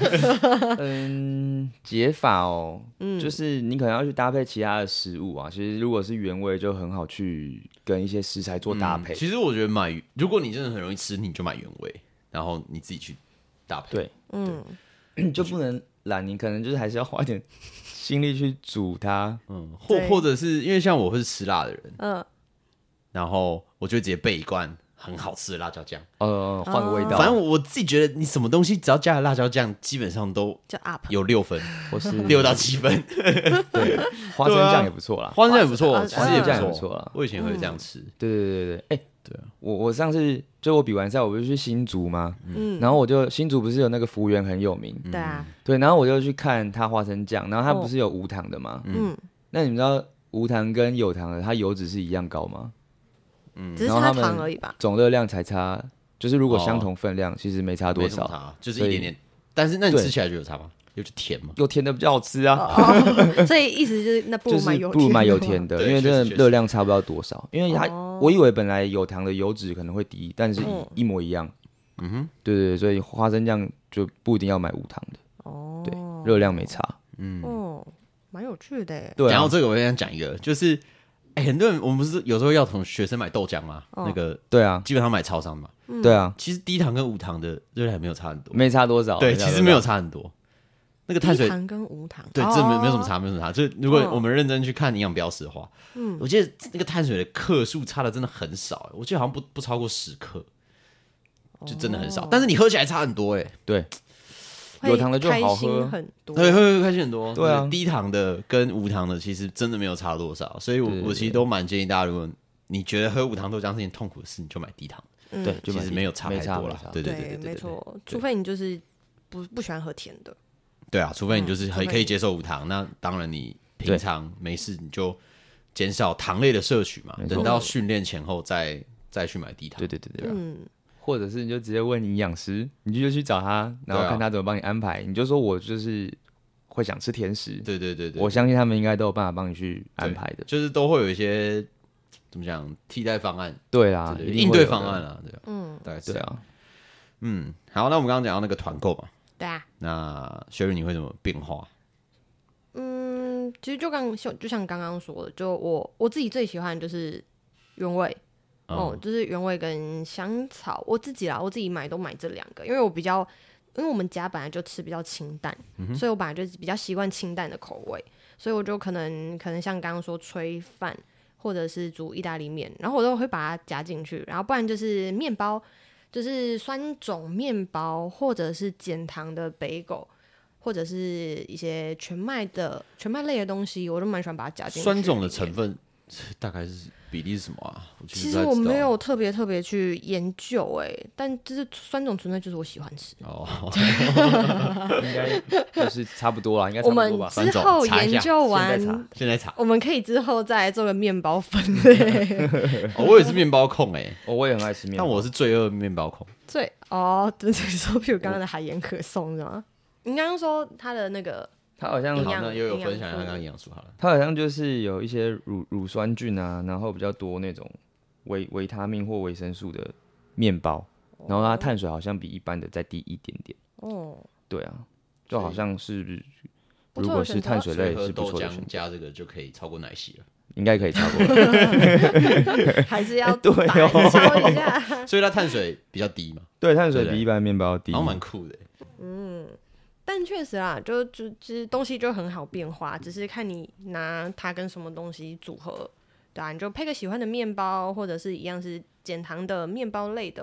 [SPEAKER 2] 嗯，解法哦，嗯，就是你可能要去搭配其他的食物啊。其实如果是原味，就很好去跟一些食材做搭配。
[SPEAKER 1] 嗯、其实我觉得买，如果你真的很容易吃，你就买原味，然后你自己去搭配。
[SPEAKER 2] 对，
[SPEAKER 3] 嗯。
[SPEAKER 2] 就不能懒，你可能就是还是要花点心力去煮它，
[SPEAKER 1] 嗯，或或者是因为像我会是吃辣的人，
[SPEAKER 3] 嗯，
[SPEAKER 1] 然后我就直接备一罐很好吃的辣椒酱，
[SPEAKER 2] 呃，换个味道。
[SPEAKER 1] 反正我自己觉得，你什么东西只要加了辣椒酱，基本上都
[SPEAKER 3] 就 up
[SPEAKER 1] 有六分，
[SPEAKER 2] 或是
[SPEAKER 1] 六到七分。
[SPEAKER 2] 对，花生酱也不错啦，
[SPEAKER 1] 花生酱也不错，其
[SPEAKER 2] 花
[SPEAKER 1] 实也
[SPEAKER 2] 酱也不错啦。
[SPEAKER 1] 我以前会这样吃。
[SPEAKER 2] 对对对对，哎、欸，
[SPEAKER 1] 对啊，
[SPEAKER 2] 我我上次就我比完赛，我不是去新竹吗？
[SPEAKER 3] 嗯，
[SPEAKER 2] 然后我就新竹不是有那个福源很有名，
[SPEAKER 3] 对啊，
[SPEAKER 2] 对，然后我就去看它花生酱，然后它不是有无糖的吗？
[SPEAKER 3] 嗯，
[SPEAKER 2] 那你们知道无糖跟有糖的它油脂是一样高吗？
[SPEAKER 3] 嗯，只是差糖而已吧，
[SPEAKER 2] 总热量才差，就是如果相同分量，其实没差多少，
[SPEAKER 1] 差就是一点点。但是那你吃起来就有差吗？有就甜吗？
[SPEAKER 2] 有甜的比较好吃啊，
[SPEAKER 3] 哦、所以意思就是那不如买有
[SPEAKER 2] 不如买有甜的，因为真的热量差不到多少。因为它，
[SPEAKER 3] 哦、
[SPEAKER 2] 我以为本来有糖的油脂可能会低，但是一模一样。嗯哼，对对对，所以花生酱就不一定要买无糖的。哦，对，热量没差。
[SPEAKER 3] 嗯，哦，蛮有趣的耶。
[SPEAKER 1] 对，然后这个我想讲一个，就是。欸、很多人，我们不是有时候要同学生买豆浆吗？哦、那个
[SPEAKER 2] 对啊，
[SPEAKER 1] 基本上买超商嘛。
[SPEAKER 3] 嗯、
[SPEAKER 2] 对啊，
[SPEAKER 1] 其实低糖跟无糖的热量没有差很多，
[SPEAKER 2] 没差多少。
[SPEAKER 1] 对，其实没有差很多。那个碳水
[SPEAKER 3] 低糖跟无糖，
[SPEAKER 1] 对，这没没有什么差，没有什么差。就如果我们认真去看营养标识的话，嗯，我记得那个碳水的克数差的真的很少，我记得好像不不超过十克，就真的很少。哦、但是你喝起来差很多，哎，
[SPEAKER 2] 对。有糖的就好喝
[SPEAKER 3] 很多，
[SPEAKER 1] 对，会开心很多。
[SPEAKER 2] 对啊，
[SPEAKER 1] 低糖的跟无糖的其实真的没有差多少，所以我我其实都蛮建议大家，如果你觉得喝无糖豆浆是件痛苦的事，你就买低糖。
[SPEAKER 3] 嗯、
[SPEAKER 2] 对，
[SPEAKER 1] 其实没有差太多了。对对对对，
[SPEAKER 3] 没错。除非你就是不不喜欢喝甜的。
[SPEAKER 1] 对啊，除非你就是很可以接受无糖，那当然你平常没事你就减少糖类的摄取嘛，等到训练前后再再去买低糖。
[SPEAKER 2] 对对对对，
[SPEAKER 3] 嗯。
[SPEAKER 2] 或者是你就直接问营养师，你就去找他，然后看他怎么帮你安排。啊、你就说我就是会想吃甜食，
[SPEAKER 1] 对对 对, 对，
[SPEAKER 2] 我相信他们应该都有办法帮你去安排的，
[SPEAKER 1] 就是都会有一些怎么讲替代方案，
[SPEAKER 2] 对啦，
[SPEAKER 1] 对对应对方案啦，对啊，
[SPEAKER 3] 嗯，
[SPEAKER 1] 大概是
[SPEAKER 2] 对啊，
[SPEAKER 1] 嗯，好，那我们刚刚讲到那个团购嘛，
[SPEAKER 3] 对啊，
[SPEAKER 1] 那雪瑞你会怎么变化？
[SPEAKER 3] 嗯，其实就刚就像刚刚说的，就我我自己最喜欢的就是原味。哦，就是原味跟香草，我自己啦，我自己买都买这两个，因为我比较，因为我们家本来就吃比较清淡，嗯、所以我本来就比较习惯清淡的口味，所以我就可能可能像刚刚说炊饭或者是煮意大利面，然后我都会把它加进去，然后不然就是面包，就是酸种面包或者是减糖的bagel，或者是一些全麦的全麦类的东西，我都蛮喜欢把它加进去。
[SPEAKER 1] 酸种的成分大概是比例是什么啊？我其实,
[SPEAKER 3] 其实我没有特别特别去研究哎、欸，但就是酸种纯粹就是我喜欢吃哦，
[SPEAKER 2] 应该就是差不多啦，应该差不多吧。
[SPEAKER 3] 我们之后研究完，
[SPEAKER 1] 现在 查, 现在查，
[SPEAKER 3] 我们可以之后再做个面包分类。
[SPEAKER 1] 哦，我也是面包控哎、欸
[SPEAKER 2] 哦，我也很爱吃面包，
[SPEAKER 1] 但我是罪恶面包控。
[SPEAKER 3] 最哦，对对，说譬如刚刚的海盐可颂是吗？你刚刚说它的那个。
[SPEAKER 2] 它好像
[SPEAKER 1] 好像又有分享一下刚刚营养素好了，
[SPEAKER 2] 它好像就是有一些乳乳酸菌啊，然后比较多那种维维他命或维生素的面包，然后它碳水好像比一般的再低一点点。哦，对啊，就好像是如果是碳水类是不错的选择，
[SPEAKER 1] 加这个就可以超过奶昔了，
[SPEAKER 2] 应该可以超过，
[SPEAKER 3] 还是要
[SPEAKER 2] 对哦
[SPEAKER 3] 敲一下，
[SPEAKER 1] 所以它碳水比较低嘛？
[SPEAKER 2] 对，碳水比一般的面包低，
[SPEAKER 1] 然后蛮酷的。
[SPEAKER 3] 嗯。但确实啦，就就其实东西就很好变化，只是看你拿它跟什么东西组合，对啊，你就配个喜欢的面包，或者是一样是减糖的面包类的，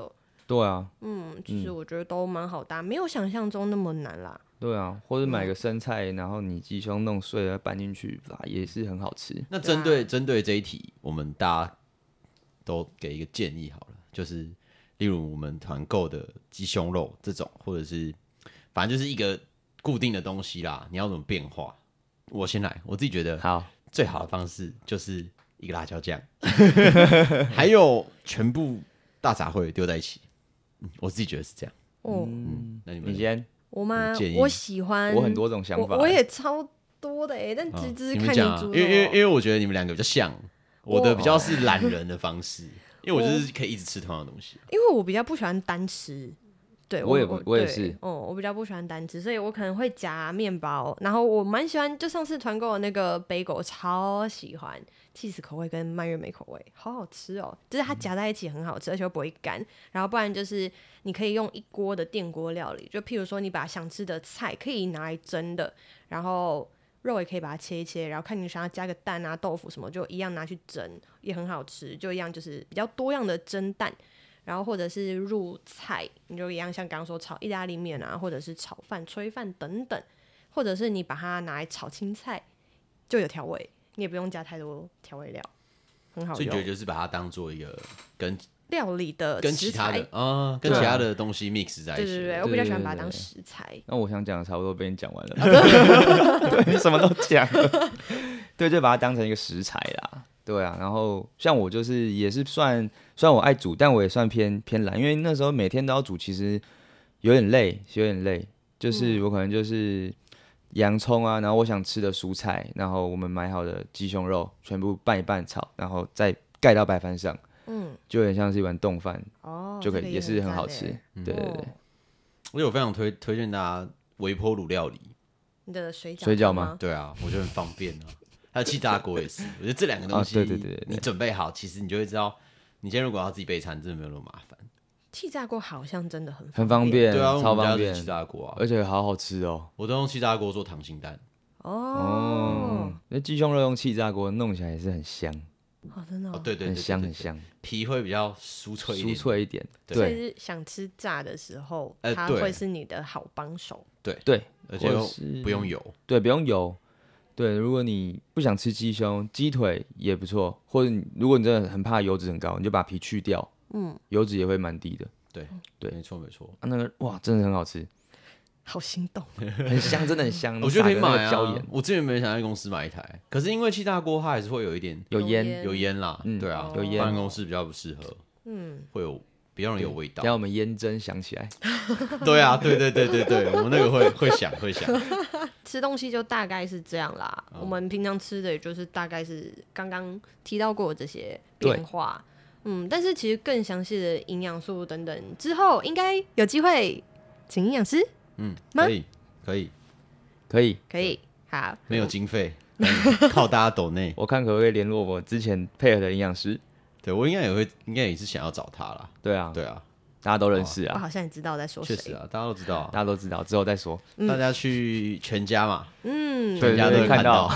[SPEAKER 2] 对啊，
[SPEAKER 3] 嗯，其实我觉得都蛮好搭，没有想象中那么难啦。
[SPEAKER 2] 对啊，或者买个生菜，然后你鸡胸弄碎了拌进去吧，也是很好吃。
[SPEAKER 1] 那针对针对这一题，我们大家都给一个建议好了，就是例如我们团购的鸡胸肉这种，或者是反正就是一个固定的东西啦，你要怎么变化？我先来，我自己觉得
[SPEAKER 2] 好，
[SPEAKER 1] 最好的方式就是一个辣椒酱，还有全部大杂烩丢在一起。嗯，我自己觉得是这样。
[SPEAKER 3] 哦，
[SPEAKER 1] 嗯，那你们
[SPEAKER 2] 你先，
[SPEAKER 3] 我吗
[SPEAKER 1] 建议？
[SPEAKER 3] 我喜欢，
[SPEAKER 2] 我很多种想法
[SPEAKER 3] 我，我也超多的哎，但
[SPEAKER 1] 哦
[SPEAKER 3] 只只是
[SPEAKER 1] 你们讲啊，
[SPEAKER 3] 看你煮
[SPEAKER 1] 因为因为因
[SPEAKER 3] 为
[SPEAKER 1] 为我觉得你们两个比较像，我的比较是懒人的方式，因为我就是可以一直吃同样的东西。
[SPEAKER 3] 因为我比较不喜欢单吃。对，
[SPEAKER 2] 我也
[SPEAKER 3] 我
[SPEAKER 2] 我也是，
[SPEAKER 3] 哦、嗯，我比较不喜欢单吃，所以我可能会夹面包，然后我蛮喜欢，就上次团购的那个贝果，超喜欢，cheese口味跟蔓越莓口味，好好吃哦，就是它夹在一起很好吃，而且又不会干。然后不然就是你可以用一锅的电锅料理，就譬如说你把想吃的菜可以拿来蒸的，然后肉也可以把它切一切，然后看你想要加个蛋啊、豆腐什么，就一样拿去蒸，也很好吃，就一样就是比较多样的蒸蛋。然后或者是入菜，你就一样像刚刚说炒意大利面啊，或者是炒饭、炊饭等等，或者是你把它拿来炒青菜，就有调味，你也不用加太多调味料，很好用。
[SPEAKER 1] 所以你觉得就是把它当做一个跟
[SPEAKER 3] 料理的
[SPEAKER 1] 跟其他的啊，跟其他的东西 mix 在一起。
[SPEAKER 3] 对对对，我比较喜欢把它当食材。
[SPEAKER 2] 那我想讲的差不多被你讲完了，对，你什么都讲了，对，就把它当成一个食材啦。对啊，然后像我就是也是算，虽然我爱煮，但我也算偏偏懒，因为那时候每天都要煮，其实有点累，有点累。就是我可能就是洋葱啊，然后我想吃的蔬菜，然后我们买好的鸡胸肉，全部拌一拌炒，然后再盖到白饭上，嗯，就有点像是一碗冻饭，哦，就可以、这个、也是很好吃。嗯、对对对，
[SPEAKER 1] 而且我非常推推荐大家微波炉料理。
[SPEAKER 3] 你的水饺
[SPEAKER 2] 水饺吗？
[SPEAKER 1] 对啊，我觉得很方便啊。还有气炸锅也是，我觉得这两个东西，
[SPEAKER 2] 哦、对, 对, 对, 对, 对
[SPEAKER 1] 你准备好，其实你就会知道，你今天如果要自己备餐，真的没有那么麻烦。
[SPEAKER 3] 气炸锅好像真的很
[SPEAKER 2] 很方便，
[SPEAKER 1] 对啊，
[SPEAKER 2] 超方便，
[SPEAKER 1] 气炸锅啊，
[SPEAKER 2] 而且好好吃哦。
[SPEAKER 1] 我都用气炸锅做溏心蛋。
[SPEAKER 3] 哦，
[SPEAKER 2] 那鸡胸肉用气炸锅弄起来也是很香。
[SPEAKER 3] 哦，真的、哦
[SPEAKER 1] 哦，对对对，
[SPEAKER 2] 很香很香，
[SPEAKER 1] 皮会比较酥脆一点，
[SPEAKER 2] 酥脆一点。
[SPEAKER 3] 对，所以是想吃炸的时候，呃、它会是你的好帮手。
[SPEAKER 1] 对
[SPEAKER 2] 对，
[SPEAKER 1] 而且又不用油。
[SPEAKER 2] 对，不用油。对，如果你不想吃鸡胸，鸡腿也不错。或者你如果你真的很怕油脂很高，你就把皮去掉，嗯，油脂也会蛮低的。
[SPEAKER 1] 对对，没错没错。
[SPEAKER 2] 啊，那个哇，真的很好吃，
[SPEAKER 3] 好心动，
[SPEAKER 2] 很香，真的很香。
[SPEAKER 1] 我觉得可以买
[SPEAKER 2] 啊。
[SPEAKER 1] 我之前没想在公司买一台，可是因为气炸锅它还是会有一点
[SPEAKER 2] 有烟，
[SPEAKER 1] 有烟啦。
[SPEAKER 2] 嗯、
[SPEAKER 1] 对啊，
[SPEAKER 2] 有烟，
[SPEAKER 1] 办公室比较不适合，嗯，会有比较容易有味道。
[SPEAKER 2] 让我们烟针响起来。
[SPEAKER 1] 对啊，对对对对对，我们那个会会响会响。
[SPEAKER 3] 吃东西就大概是这样啦，嗯、我们平常吃的也就是大概是刚刚提到过的这些变化，嗯，但是其实更详细的营养素等等之后，应该有机会请营养师，
[SPEAKER 1] 嗯，可以可以
[SPEAKER 2] 可以
[SPEAKER 3] 可以，好，
[SPEAKER 1] 没有经费，靠大家抖内，
[SPEAKER 2] 我看可不可以联络我之前配合的营养师，
[SPEAKER 1] 对我应该也会，应该也是想要找他啦，
[SPEAKER 2] 对啊，
[SPEAKER 1] 对啊。
[SPEAKER 2] 大家都认识啊，
[SPEAKER 3] 我好像也知道在说谁。
[SPEAKER 1] 确实啊，大家都知道、啊，
[SPEAKER 2] 大家都知道，之后再说。
[SPEAKER 3] 嗯、
[SPEAKER 1] 大家去全家嘛，
[SPEAKER 3] 嗯，
[SPEAKER 1] 全家都会看到。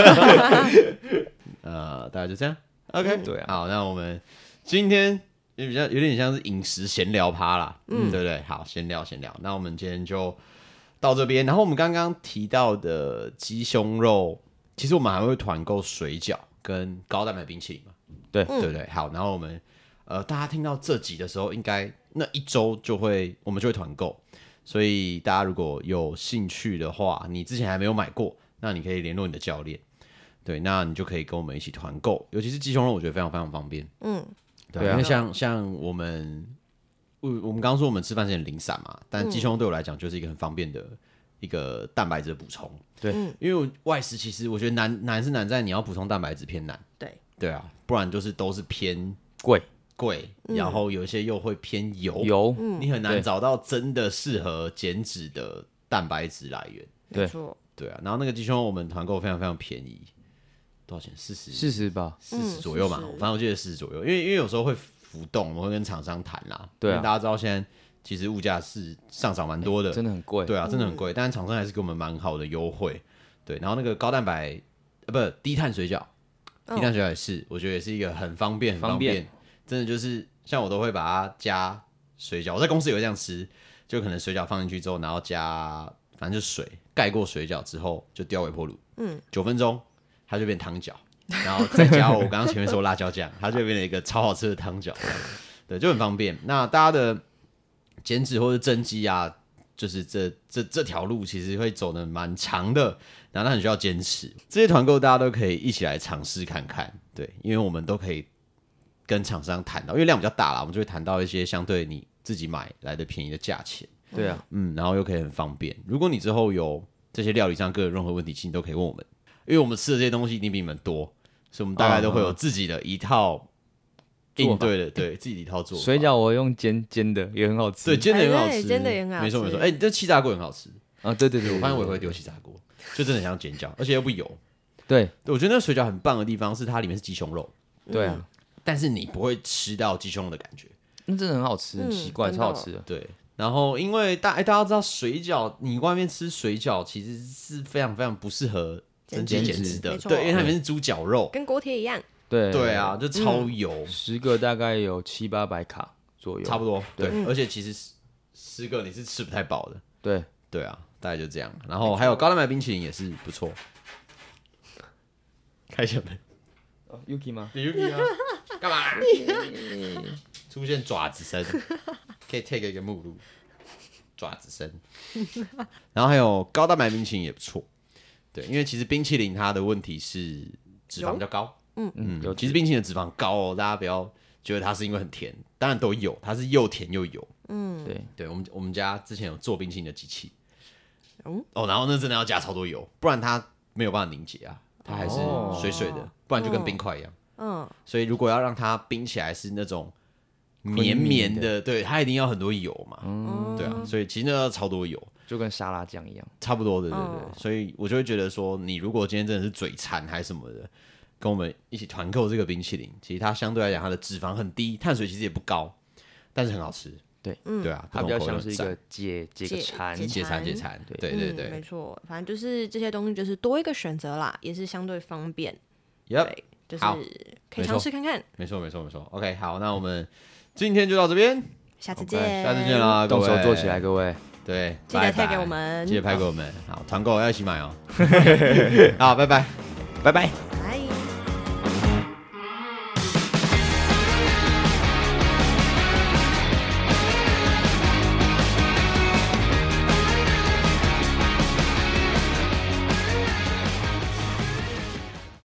[SPEAKER 1] 呃，大家就这样 ，OK，、嗯、
[SPEAKER 2] 对啊。
[SPEAKER 1] 好，那我们今天也比较有点像是饮食闲聊趴啦，嗯，对不对？好，闲聊闲聊。那我们今天就到这边。然后我们刚刚提到的鸡胸肉，其实我们还会团购水饺跟高蛋白冰淇淋嘛，
[SPEAKER 2] 对，
[SPEAKER 1] 对不对？好，然后我们。呃，大家听到这集的时候，应该那一周就会我们就会团购，所以大家如果有兴趣的话，你之前还没有买过，那你可以联络你的教练，对，那你就可以跟我们一起团购，尤其是鸡胸肉，我觉得非常非常方便，嗯，对，对啊、因为像像我们，我我们刚刚说我们吃饭是很零散嘛，但鸡胸肉对我来讲就是一个很方便的一个蛋白质的补充，
[SPEAKER 2] 对，
[SPEAKER 1] 因为外食其实我觉得难难是难在你要补充蛋白质偏难，
[SPEAKER 3] 对，
[SPEAKER 1] 对啊，不然就是都是偏
[SPEAKER 2] 贵。
[SPEAKER 1] 贵，然后有一些又会偏油，
[SPEAKER 2] 油，
[SPEAKER 1] 你很难找到真的适合减脂的蛋白质来源。
[SPEAKER 3] 没错，
[SPEAKER 1] 对啊。然后那个鸡胸肉我们团购非常非常便宜，多少钱？四十，
[SPEAKER 2] 四十吧，
[SPEAKER 1] 四十左右嘛。反正我记得四十左右，因为因为有时候会浮动，我们会跟厂商谈啦。
[SPEAKER 2] 对啊，
[SPEAKER 1] 因为大家知道现在其实物价是上涨蛮多的，
[SPEAKER 2] 真的很贵。
[SPEAKER 1] 对啊，真的很贵，但是厂商还是给我们蛮好的优惠。对，然后那个高蛋白呃不低碳水饺，低碳水饺也是，我觉得也是一个很方便很方便，真的就是。像我都会把它加水饺，我在公司也会这样吃，就可能水饺放进去之后，然后加反正就水盖过水饺之后，就丢微波炉，嗯，九分钟它就变汤饺，然后再加我刚刚前面说辣椒酱，它就变成一个超好吃的汤饺，对，就很方便。那大家的减脂或者增肌啊，就是这这这条路其实会走的蛮长的，然后它很需要坚持。这些团购大家都可以一起来尝试看看，对，因为我们都可以跟厂商谈到，因为量比较大啦，我们就会谈到一些相对你自己买来的便宜的价钱。
[SPEAKER 2] 对啊，
[SPEAKER 1] 嗯，然后又可以很方便。如果你之后有这些料理上各有任何问题，其实你都可以问我们，因为我们吃的这些东西一定比你们多，所以我们大概都会有自己的一套应对的，对自己的一套做法。
[SPEAKER 2] 水饺我用煎煎的也很好吃，
[SPEAKER 1] 对，煎的也很好吃，
[SPEAKER 3] 煎的也很好吃，
[SPEAKER 1] 没错没错。哎、欸，这气炸锅也很好吃
[SPEAKER 2] 啊！对对 对, 对，
[SPEAKER 1] 我发现我也会丢气炸锅，就真的很像煎饺，而且又不油。
[SPEAKER 2] 对，
[SPEAKER 1] 对我觉得那水饺很棒的地方是它里面是鸡胸肉，
[SPEAKER 2] 对啊，
[SPEAKER 1] 但是你不会吃到鸡胸肉的感觉，
[SPEAKER 2] 那真的很好吃，很奇怪，
[SPEAKER 3] 嗯、
[SPEAKER 2] 超好吃的。
[SPEAKER 1] 对。然后，因为大、欸、大家知道水饺，你外面吃水饺其实是非常非常不适合增肌减脂的，对，因为它里面是猪脚肉，
[SPEAKER 3] 跟锅贴一样。
[SPEAKER 2] 对
[SPEAKER 1] 对啊，就超油，
[SPEAKER 2] 十、嗯、个大概有七八百卡左右，
[SPEAKER 1] 差不多。对，
[SPEAKER 3] 嗯、
[SPEAKER 1] 而且其实十个你是吃不太饱的。
[SPEAKER 2] 对
[SPEAKER 1] 对啊，大概就这样。然后还有高蛋白冰淇淋也是不错。开小门。
[SPEAKER 2] 哦 Yuki 吗
[SPEAKER 1] ？Yuki 啊？干嘛？出现爪子声，可以 take 一个目录，爪子声。然后还有高蛋白冰淇淋也不错，对，因为其实冰淇淋它的问题是脂肪比较高，嗯嗯，有，其实冰淇淋的脂肪高哦，大家不要觉得它是因为很甜，当然都有，它是又甜又油，嗯，对对，我们我们家之前有做冰淇淋的机器，嗯，哦，然后那真的要加超多油，不然它没有办法凝结啊，它还是水水的，不然就跟冰块一样，嗯，所以如果要让它冰起来是那种绵绵的，对，它一定要很多油嘛，嗯，对啊，所以其实那要超多油，
[SPEAKER 2] 就跟沙拉酱一样，
[SPEAKER 1] 差不多的，对对对，所以我就会觉得说，你如果今天真的是嘴馋还是什么的，跟我们一起团购这个冰淇淋，其实它相对来讲它的脂肪很低，碳水其实也不高，但是很好吃，
[SPEAKER 2] 对，
[SPEAKER 3] 嗯，
[SPEAKER 1] 对啊，
[SPEAKER 2] 它比较像是一个解解个馋，
[SPEAKER 1] 解馋解馋，对对对，
[SPEAKER 3] 没错，反正就是这些东西就是多一个选择啦，也是相对方便，
[SPEAKER 1] Yep，
[SPEAKER 3] 对，就是可以尝试看看，
[SPEAKER 1] 没错没错没错 ，OK， 好，那我们今天就到这边，
[SPEAKER 3] 下次见，
[SPEAKER 1] okay，下次见啦，
[SPEAKER 2] 动手做起来，各位，
[SPEAKER 1] 对，
[SPEAKER 3] 记得拍给我们，
[SPEAKER 1] 记得拍给我们，好，团购要一起买哦，好，拜拜，
[SPEAKER 2] 拜拜。